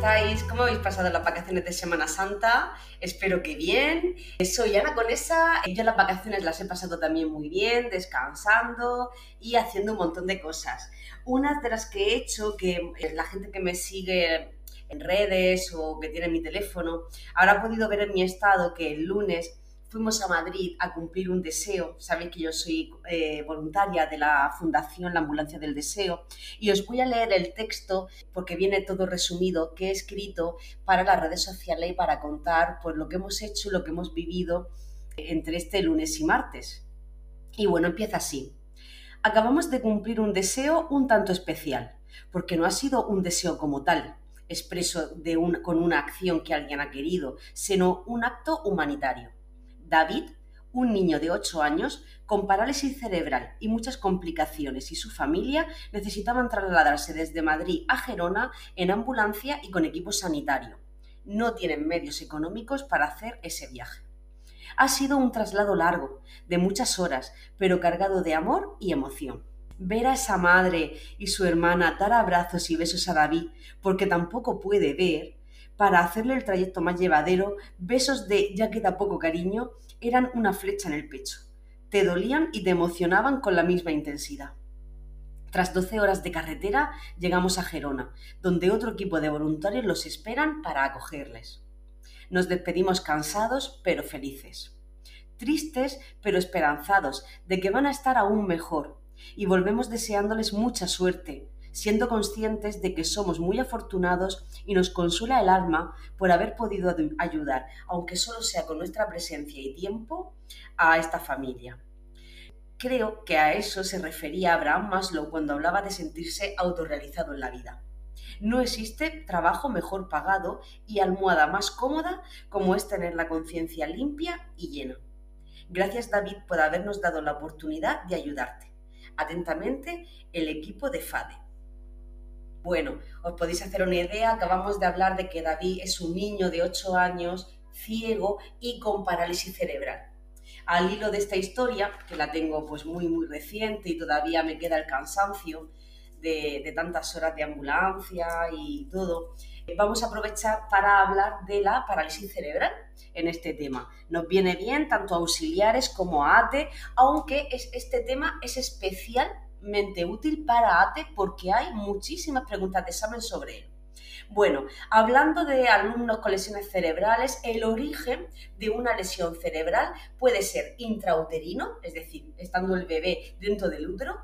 estáis? ¿Cómo habéis pasado las vacaciones de Semana Santa? Espero que bien. Soy Ana Conesa. Yo las vacaciones las he pasado también muy bien, descansando y haciendo un montón de cosas. Una de las que he hecho, que la gente que me sigue en redes o que tiene mi teléfono, habrá podido ver en mi estado que el lunes fuimos a Madrid a cumplir un deseo. Sabéis que yo soy voluntaria de la Fundación La Ambulancia del Deseo y os voy a leer el texto porque viene todo resumido que he escrito para las redes sociales y para contar pues, lo que hemos hecho y lo que hemos vivido entre este lunes y martes. Y bueno, empieza así. Acabamos de cumplir un deseo un tanto especial, porque no ha sido un deseo como tal, expreso con una acción que alguien ha querido, sino un acto humanitario. David, un niño de 8 años con parálisis cerebral y muchas complicaciones, y su familia necesitaban trasladarse desde Madrid a Gerona en ambulancia y con equipo sanitario. No tienen medios económicos para hacer ese viaje. Ha sido un traslado largo, de muchas horas, pero cargado de amor y emoción. Ver a esa madre y su hermana dar abrazos y besos a David, porque tampoco puede ver, para hacerle el trayecto más llevadero, besos de ya queda poco cariño, eran una flecha en el pecho. Te dolían y te emocionaban con la misma intensidad. Tras 12 horas de carretera, llegamos a Gerona, donde otro equipo de voluntarios los esperan para acogerles. Nos despedimos cansados pero felices. Tristes pero esperanzados de que van a estar aún mejor, y volvemos deseándoles mucha suerte, siendo conscientes de que somos muy afortunados y nos consuela el alma por haber podido ayudar, aunque solo sea con nuestra presencia y tiempo, a esta familia. Creo que a eso se refería Abraham Maslow cuando hablaba de sentirse autorrealizado en la vida. No existe trabajo mejor pagado y almohada más cómoda como es tener la conciencia limpia y llena. Gracias, David, por habernos dado la oportunidad de ayudarte. Atentamente, el equipo de FADE. Bueno, os podéis hacer una idea, acabamos de hablar de que David es un niño de 8 años, ciego y con parálisis cerebral. Al hilo de esta historia, que la tengo pues muy reciente y todavía me queda el cansancio de tantas horas de ambulancia y todo, vamos a aprovechar para hablar de la parálisis cerebral en este tema. Nos viene bien tanto a auxiliares como a ATE, aunque este tema es especialmente útil para ATE porque hay muchísimas preguntas de examen sobre él. Bueno, hablando de alumnos con lesiones cerebrales, el origen de una lesión cerebral puede ser intrauterino, es decir, estando el bebé dentro del útero,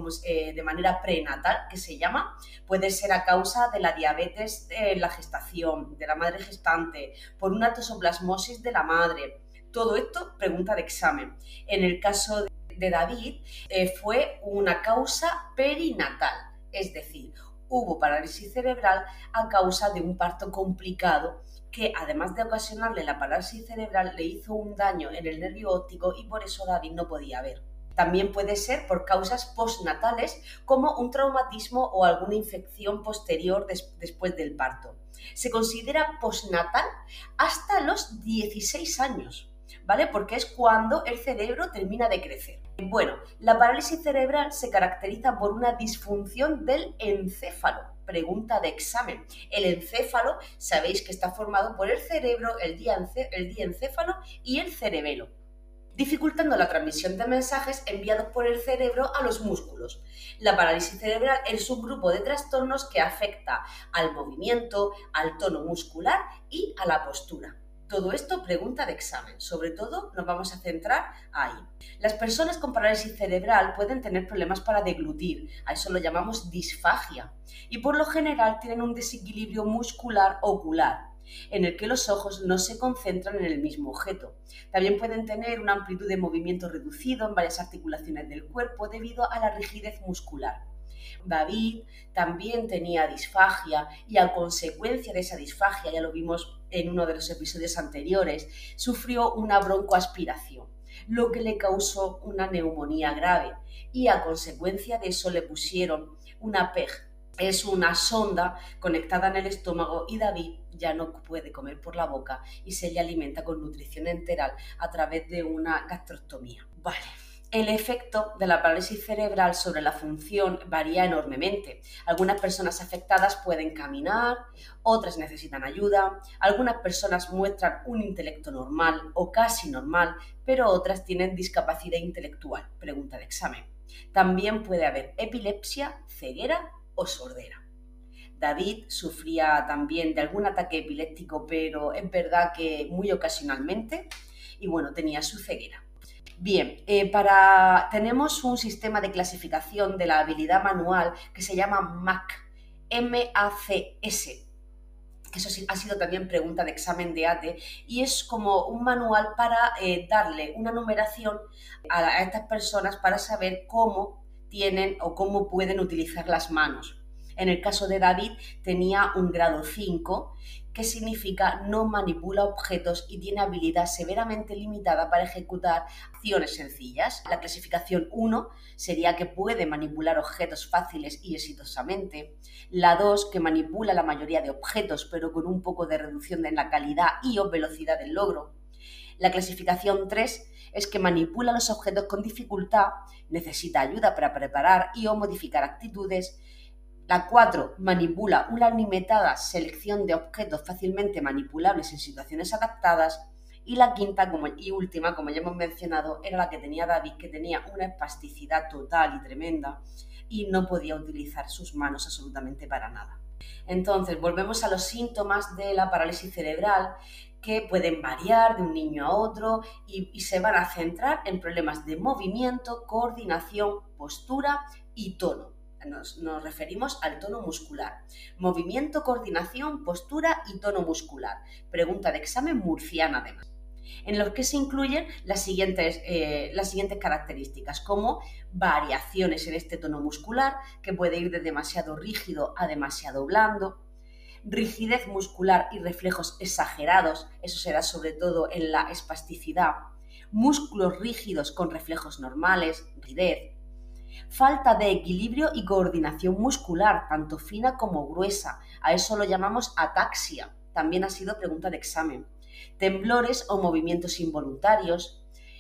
de manera prenatal, que se llama, puede ser a causa de la diabetes en la gestación, de la madre gestante, por una tosoplasmosis de la madre. Todo esto, pregunta de examen. En el caso de David, fue una causa perinatal, es decir, hubo parálisis cerebral a causa de un parto complicado que, además de ocasionarle la parálisis cerebral, le hizo un daño en el nervio óptico y por eso David no podía ver. También puede ser por causas postnatales como un traumatismo o alguna infección posterior después del parto. Se considera postnatal hasta los 16 años, ¿vale? Porque es cuando el cerebro termina de crecer. Bueno, la parálisis cerebral se caracteriza por una disfunción del encéfalo. Pregunta de examen. El encéfalo, sabéis que está formado por el cerebro, el diencéfalo y el cerebelo, dificultando la transmisión de mensajes enviados por el cerebro a los músculos. La parálisis cerebral es un grupo de trastornos que afecta al movimiento, al tono muscular y a la postura. Todo esto pregunta de examen, sobre todo nos vamos a centrar ahí. Las personas con parálisis cerebral pueden tener problemas para deglutir, a eso lo llamamos disfagia, y por lo general tienen un desequilibrio muscular ocular, en el que los ojos no se concentran en el mismo objeto. También pueden tener una amplitud de movimiento reducido en varias articulaciones del cuerpo debido a la rigidez muscular. David también tenía disfagia y a consecuencia de esa disfagia, ya lo vimos en uno de los episodios anteriores, sufrió una broncoaspiración, lo que le causó una neumonía grave y a consecuencia de eso le pusieron una PEG. Es una sonda conectada en el estómago y David ya no puede comer por la boca y se le alimenta con nutrición enteral a través de una gastrostomía. Vale. El efecto de la parálisis cerebral sobre la función varía enormemente. Algunas personas afectadas pueden caminar, otras necesitan ayuda, algunas personas muestran un intelecto normal o casi normal, pero otras tienen discapacidad intelectual. Pregunta de examen. También puede haber epilepsia, ceguera o sordera. David sufría también de algún ataque epiléptico, pero es verdad que muy ocasionalmente, y bueno, tenía su ceguera. Bien, tenemos un sistema de clasificación de la habilidad manual que se llama MACS, M-A-C-S, que eso ha sido también pregunta de examen de ATE, y es como un manual para darle una numeración a estas personas para saber cómo tienen o cómo pueden utilizar las manos. En el caso de David tenía un grado 5, que significa no manipula objetos y tiene habilidad severamente limitada para ejecutar acciones sencillas. La clasificación 1 sería que puede manipular objetos fáciles y exitosamente. La 2, que manipula la mayoría de objetos, pero con un poco de reducción en la calidad y o velocidad del logro. La clasificación 3 es que manipula los objetos con dificultad, necesita ayuda para preparar y o modificar actitudes. La 4 manipula una limitada selección de objetos fácilmente manipulables en situaciones adaptadas. Y la quinta y última, como ya hemos mencionado, era la que tenía David, que tenía una espasticidad total y tremenda y no podía utilizar sus manos absolutamente para nada. Entonces, volvemos a los síntomas de la parálisis cerebral, que pueden variar de un niño a otro y se van a centrar en problemas de movimiento, coordinación, postura y tono. Nos referimos al tono muscular. Movimiento, coordinación, postura y tono muscular. Pregunta de examen murciana además. En los que se incluyen las siguientes características, como variaciones en este tono muscular, que puede ir de demasiado rígido a demasiado blando, rigidez muscular y reflejos exagerados, eso se da sobre todo en la espasticidad, músculos rígidos con reflejos normales, rigidez, falta de equilibrio y coordinación muscular, tanto fina como gruesa. A eso lo llamamos ataxia. También ha sido pregunta de examen. Temblores o movimientos involuntarios.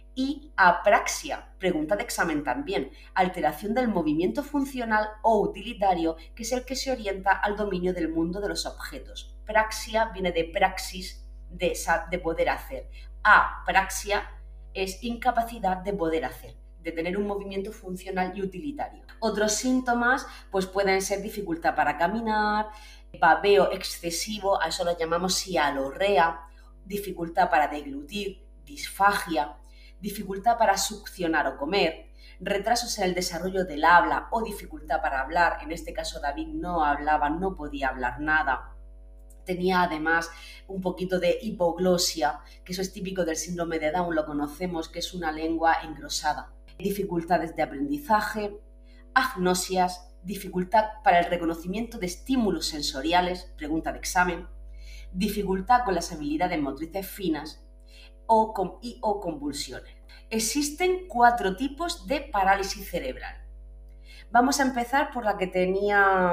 Y apraxia, pregunta de examen también. Alteración del movimiento funcional o utilitario, que es el que se orienta al dominio del mundo de los objetos. Praxia viene de praxis, de poder hacer. Apraxia es incapacidad de poder hacer, de tener un movimiento funcional y utilitario. Otros síntomas pues pueden ser dificultad para caminar, babeo excesivo, a eso lo llamamos sialorrea, dificultad para deglutir, disfagia, dificultad para succionar o comer, retrasos en el desarrollo del habla o dificultad para hablar. En este caso David no hablaba, no podía hablar nada. Tenía además un poquito de hipoglosia, que eso es típico del síndrome de Down, lo conocemos, que es una lengua engrosada. Dificultades de aprendizaje, agnosias, dificultad para el reconocimiento de estímulos sensoriales, pregunta de examen, dificultad con las habilidades motrices finas o convulsiones. Existen 4 tipos de parálisis cerebral. Vamos a empezar por la que tenía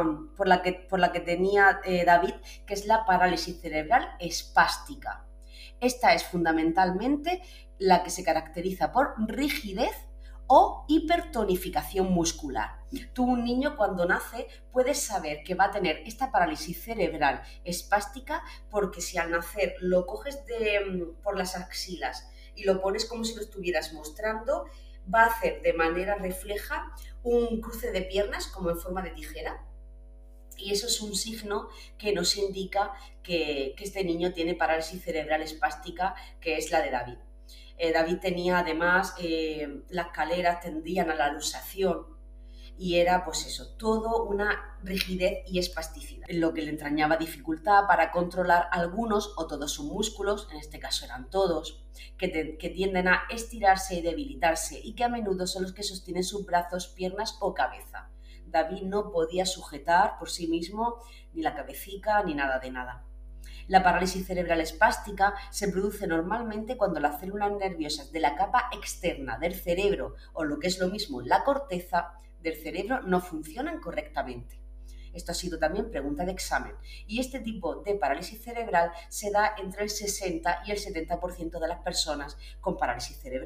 David, que es la parálisis cerebral espástica. Esta es fundamentalmente la que se caracteriza por rigidez o hipertonificación muscular. Tú, un niño, cuando nace, puedes saber que va a tener esta parálisis cerebral espástica porque si al nacer lo coges por las axilas y lo pones como si lo estuvieras mostrando, va a hacer de manera refleja un cruce de piernas como en forma de tijera. Y eso es un signo que nos indica que este niño tiene parálisis cerebral espástica, que es la de David. David tenía además, las caderas tendían a la luxación y era pues eso, todo una rigidez y espasticidad, lo que le entrañaba dificultad para controlar algunos o todos sus músculos, en este caso eran todos, que tienden a estirarse y debilitarse y que a menudo son los que sostienen sus brazos, piernas o cabeza. David no podía sujetar por sí mismo ni la cabecita ni nada de nada. La parálisis cerebral espástica se produce normalmente cuando las células nerviosas de la capa externa del cerebro, o lo que es lo mismo, la corteza del cerebro, no funcionan correctamente. Esto ha sido también pregunta de examen. Y este tipo de parálisis cerebral se da entre el 60 y el 70% de las personas con parálisis cerebral.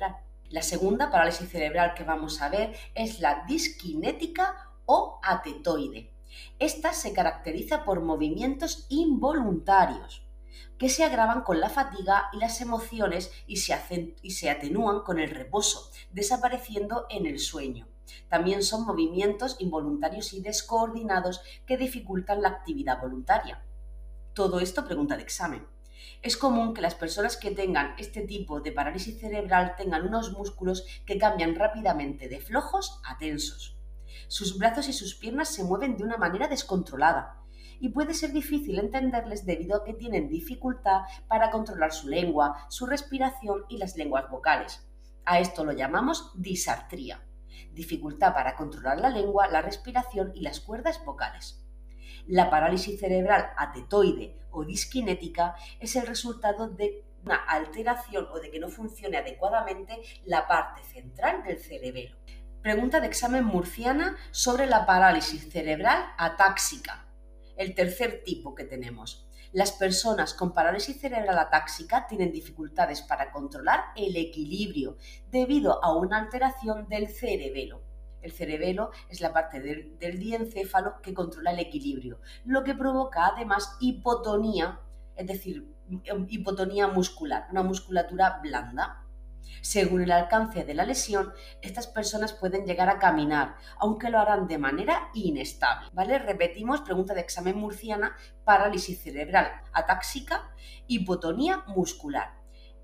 La segunda parálisis cerebral que vamos a ver es la disquinética o atetoide. Esta se caracteriza por movimientos involuntarios que se agravan con la fatiga y las emociones y se atenúan con el reposo, desapareciendo en el sueño. También son movimientos involuntarios y descoordinados que dificultan la actividad voluntaria. Todo esto pregunta de examen. Es común que las personas que tengan este tipo de parálisis cerebral tengan unos músculos que cambian rápidamente de flojos a tensos. Sus brazos y sus piernas se mueven de una manera descontrolada y puede ser difícil entenderles debido a que tienen dificultad para controlar su lengua, su respiración y las lenguas vocales. A esto lo llamamos disartría, dificultad para controlar la lengua, la respiración y las cuerdas vocales. La parálisis cerebral atetoide o disquinética es el resultado de una alteración o de que no funcione adecuadamente la parte central del cerebelo. Pregunta de examen murciana sobre la parálisis cerebral atáxica. El tercer tipo que tenemos. Las personas con parálisis cerebral atáxica tienen dificultades para controlar el equilibrio debido a una alteración del cerebelo. El cerebelo es la parte del diencéfalo que controla el equilibrio, lo que provoca además hipotonía, es decir, hipotonía muscular, una musculatura blanda. Según el alcance de la lesión, estas personas pueden llegar a caminar, aunque lo harán de manera inestable. ¿Vale? Repetimos, pregunta de examen murciana, parálisis cerebral atáxica, hipotonía muscular,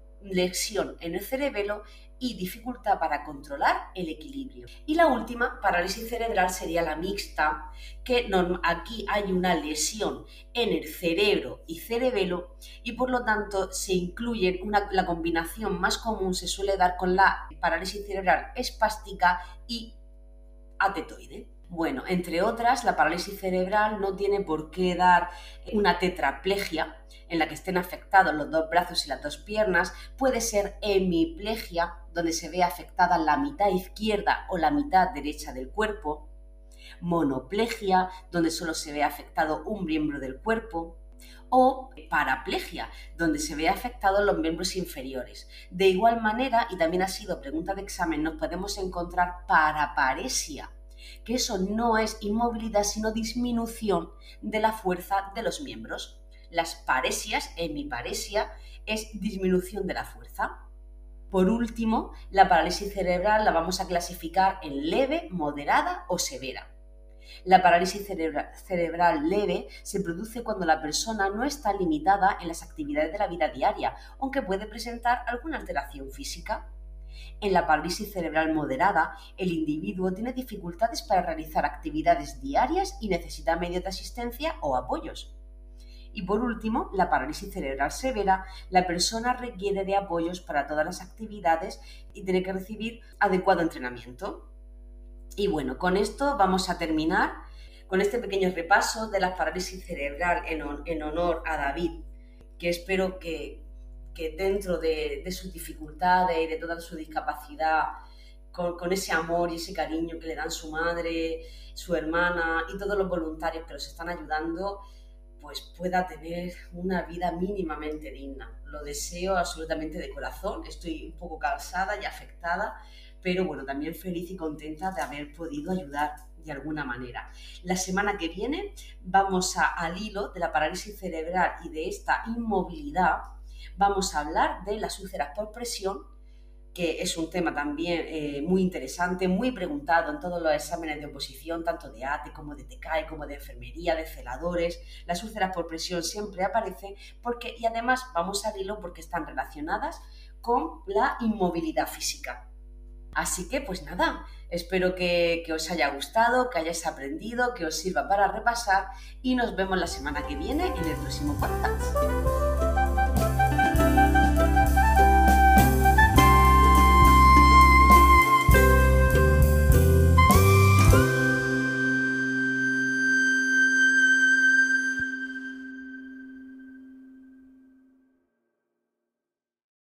lesión en el cerebelo y dificultad para controlar el equilibrio. Y la última, parálisis cerebral, sería la mixta, que aquí hay una lesión en el cerebro y cerebelo y por lo tanto se incluyen, la combinación más común se suele dar con la parálisis cerebral espástica y atetoide. Bueno, entre otras, la parálisis cerebral no tiene por qué dar una tetraplegia en la que estén afectados los dos brazos y las dos piernas. Puede ser hemiplegia, donde se ve afectada la mitad izquierda o la mitad derecha del cuerpo. Monoplegia, donde solo se ve afectado un miembro del cuerpo. O paraplegia, donde se ve afectados los miembros inferiores. De igual manera, y también ha sido pregunta de examen, nos podemos encontrar paraparesia, que eso no es inmovilidad, sino disminución de la fuerza de los miembros. Las paresias, hemiparesia, es disminución de la fuerza. Por último, la parálisis cerebral la vamos a clasificar en leve, moderada o severa. La parálisis cerebral leve se produce cuando la persona no está limitada en las actividades de la vida diaria, aunque puede presentar alguna alteración física. En la parálisis cerebral moderada, el individuo tiene dificultades para realizar actividades diarias y necesita medios de asistencia o apoyos. Y por último, la parálisis cerebral severa, la persona requiere de apoyos para todas las actividades y tiene que recibir adecuado entrenamiento. Y bueno, con esto vamos a terminar con este pequeño repaso de la parálisis cerebral en honor a David, que espero que dentro de sus dificultades y de toda su discapacidad, con ese amor y ese cariño que le dan su madre, su hermana y todos los voluntarios que los están ayudando, pues pueda tener una vida mínimamente digna. Lo deseo absolutamente de corazón. Estoy un poco cansada y afectada, pero bueno, también feliz y contenta de haber podido ayudar de alguna manera. La semana que viene vamos al hilo de la parálisis cerebral y de esta inmovilidad. Vamos a hablar de las úlceras por presión, que es un tema también muy interesante, muy preguntado en todos los exámenes de oposición, tanto de ATE como de TCAE, como de enfermería, de celadores. Las úlceras por presión siempre aparecen y además vamos al hilo porque están relacionadas con la inmovilidad física. Así que pues nada, espero que os haya gustado, que hayáis aprendido, que os sirva para repasar y nos vemos la semana que viene en el próximo podcast.